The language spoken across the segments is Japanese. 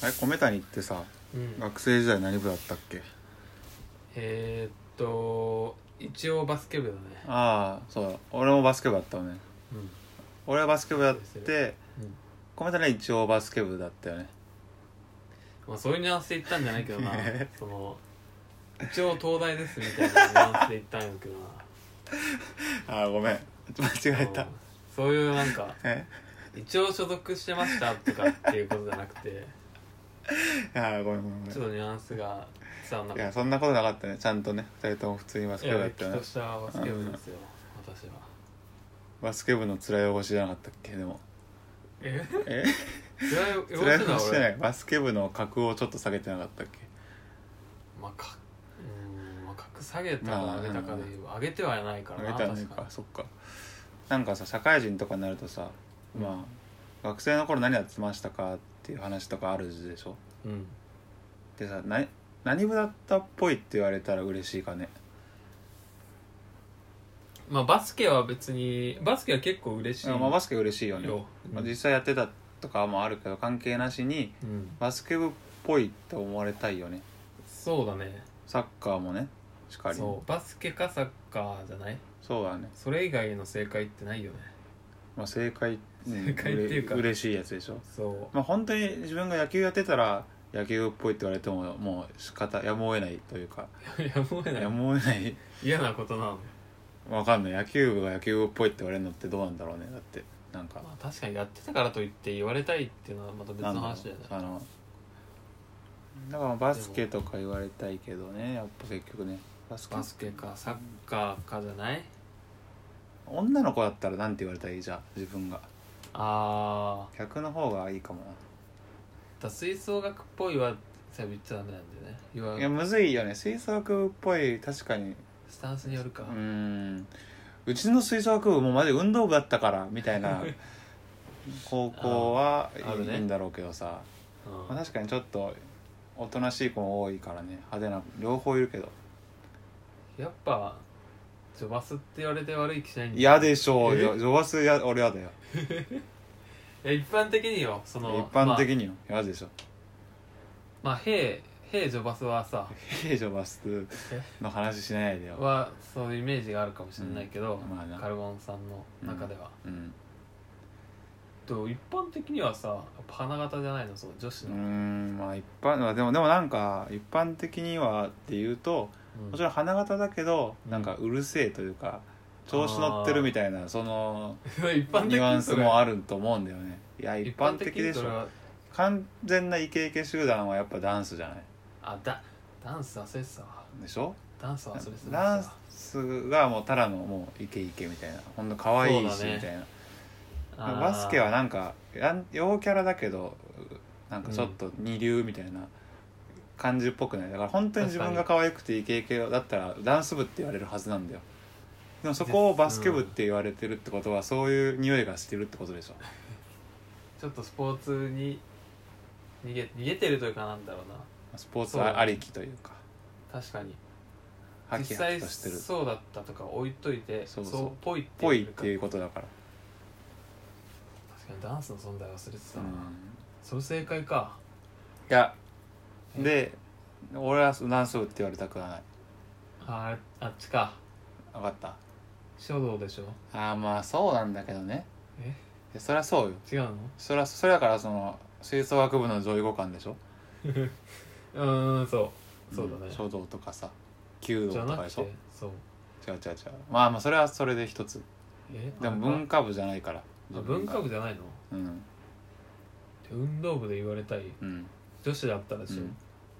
あれ米谷ってさ、学生時代何部だったっけ？ 一応バスケ部だね。 ああ、そうだ、俺もバスケ部だったよね。俺はバスケ部やって、米谷は一応バスケ部だったよね。 まあ、そういうニュアンスで言ったんじゃないけどなその一応東大ですみたいなニュアンスで言ったんやけどなああ、ごめん、間違えた。 そういうなんか一応所属してましたとかっていうことじゃなくてああ、ごめんちょっとニュアンスが伝わんなかった。 いや、そんなことなかったね。ちゃんとね、2人とも普通にバスケ部だったよね。 きっとしたバスケ部ですよ、私は。 バスケ部の辛い汚しじゃなかったっけ？でも辛い辛い汚しじゃない、バスケ部の格をちょっと下げてなかったっけ？ まあ格下げたか上げたかで言う、上げてはないからな。 上げてはないか、そっか。なんかさ、社会人とかになるとさ、まあ学生の頃何やってましたかっていう話とかあるでしょ。でさ、何部だったっぽいって言われたら嬉しいかね。 まあバスケは結構嬉しい。 まあバスケ嬉しいよね。まあ、実際やってたとかもあるけど関係なしに、バスケ部っぽいって思われたいよね。 そうだね。 サッカーもね、しかり。 そう、バスケかサッカーじゃない？ そうだね。 それ以外の正解ってないよね。 まあ正解っていうか嬉しいやつでしょ。 そう。 まあ本当に自分が野球やってたら野球っぽいって言われてももうやむを得ないというかやむを得ない嫌なことなの。 わかんない。野球部が野球部っぽいって言われるのってどうなんだろうね。だってなんか、 まあ、確かにやってたからといって言われたいっていうのはまた別の話だよね。 だからバスケとか言われたいけどね、やっぱ結局ね、バスケかサッカーかじゃない？ 女の子だったらなんて言われたらいい？じゃあ自分が逆の方がいいかもな。 吹奏楽っぽいは言っちゃダメなんだよね。 いやむずいよね。吹奏楽っぽい、確かにスタンスによるか。 うちの吹奏楽部もマジ運動部だったからみたいな高校はいいんだろうけどさ、まあ、確かにちょっとおとなしい子も多いからね。派手な両方いるけど、 やっぱジョバスって言われて悪い気しないんだよ。 嫌でしょうよ。ジョバス俺嫌だよ一般的によ、 一般的によ、嫌でしょ。 まあヘイジョバスはさ、 ヘイジョバスの話しないでよ。 はそういうイメージがあるかもしれないけど、 まあ、 カルボンさんの中では、一般的にはさ、やっぱ花形じゃないの、そう女子の。 まあ一般でもなんか一般的にはっていうと、もちろん花形だけどなんかうるせえというか、調子乗ってるみたいなそのニュアンスもあると思うんだよね。いや一般的でしょ。完全なイケイケ集団はやっぱダンスじゃない？ ダンス忘れてたわ。 でしょ。 ダンス忘れてた。 ダンスがもうただのもうイケイケみたいな、ほんと可愛いしみたいな。バスケはなんか陽キャラだけどなんかちょっと二流みたいな感じっぽくない？だから本当に自分が可愛くてイケイケだったらダンス部って言われるはずなんだよ。でもそこをバスケ部って言われてるってことはそういう匂いがしてるってことでしょ。 ちょっとスポーツに逃げてるというか、なんだろうな、 スポーツありきというか。 確かに実際そうだったとか置いといて、そうぽいっていうことだから。 確かにダンスの存在忘れてたな。それ正解か。 いやで俺はダンス部って言われたくはない。 あっちか。 分かった。 書道でしょ。 まあそうなんだけどね。そりゃそうよ。 違うの？ それだからその吹奏楽部の上位互換でしょそうだね。 書道とかさ弓道とかでしょ。 そう違うまあそれはそれで一つ。でも文化部じゃないから。 文化部じゃないの？運動部で言われたい、女子だったらでしょ。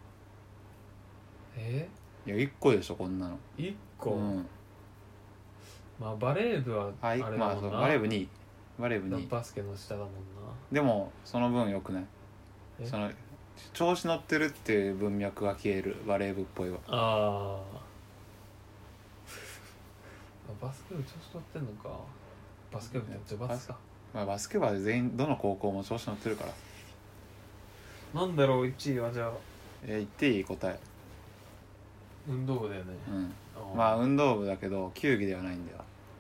いや1個でしょこんなの。 1個、まあバレー部はあれだもんな。 バレー部2位。 バスケの下だもんな。 でもその分良くない？その調子乗ってるっていう文脈が消える。バレー部っぽいわ。 バスケ部調子乗ってんのか。バスケ部ってジョバスか。 バスケ部は全員どの高校も調子乗ってるから。 なんだろう1位は。じゃあ言っていい？答え。 運動部だよね。 まあ運動部だけど球技ではないんだよ。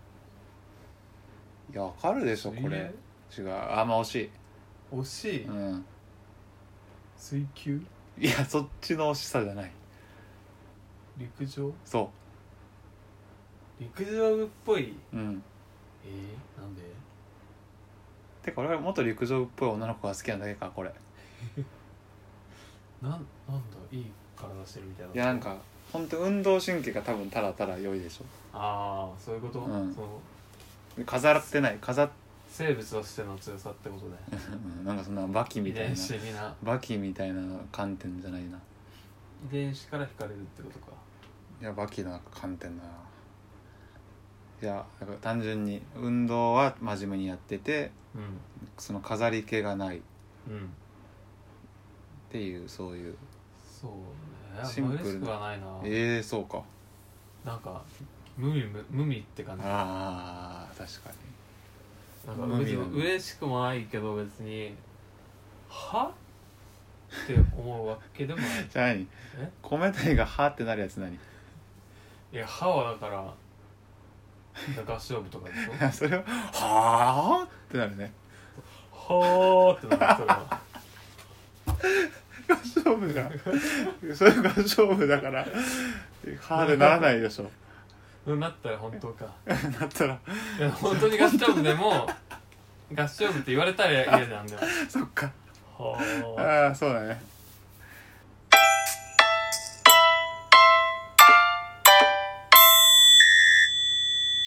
いや分かるでしょこれ。違う。まあ惜しい。 惜しい。 水球？ いやそっちの惜しさじゃない。 陸上？ そ陸上部っぽい。 う。うん。 なんで？ てか俺はもっと陸上部っぽい女の子が好きなだけかこれ。 なんだいい体してるみたいな。 いやなんかほんと運動神経が多分ただただ良いでしょ。 ああそういうこと、 うん、 その飾ってない生物としての強さってことでなんかそんなバキみたいな遺伝子的なバキみたいな観点じゃないな。 遺伝子から惹かれるってことか。 いやバキな観点だな。いやだから単純に運動は真面目にやってて、 うん、 その飾り気がないっうんていうそういうそうね。 シンプルな嬉しくはないな。 そうか。 なんか無味って感じ。 あー確かなんか別に嬉しくもないけど別にはって思うわけでもない。 じゃあ何米谷がはってなるやつ何？ いやははだから合唱部とかでしょ。 それははーってなるね。 はーってなる。それは合唱部がそれ合唱部だからはーでならないでしょ。 なったら本当かなったらいや本当に合唱部でも合唱部って言われたら嫌じゃん。でもそっか。 はああそうだね。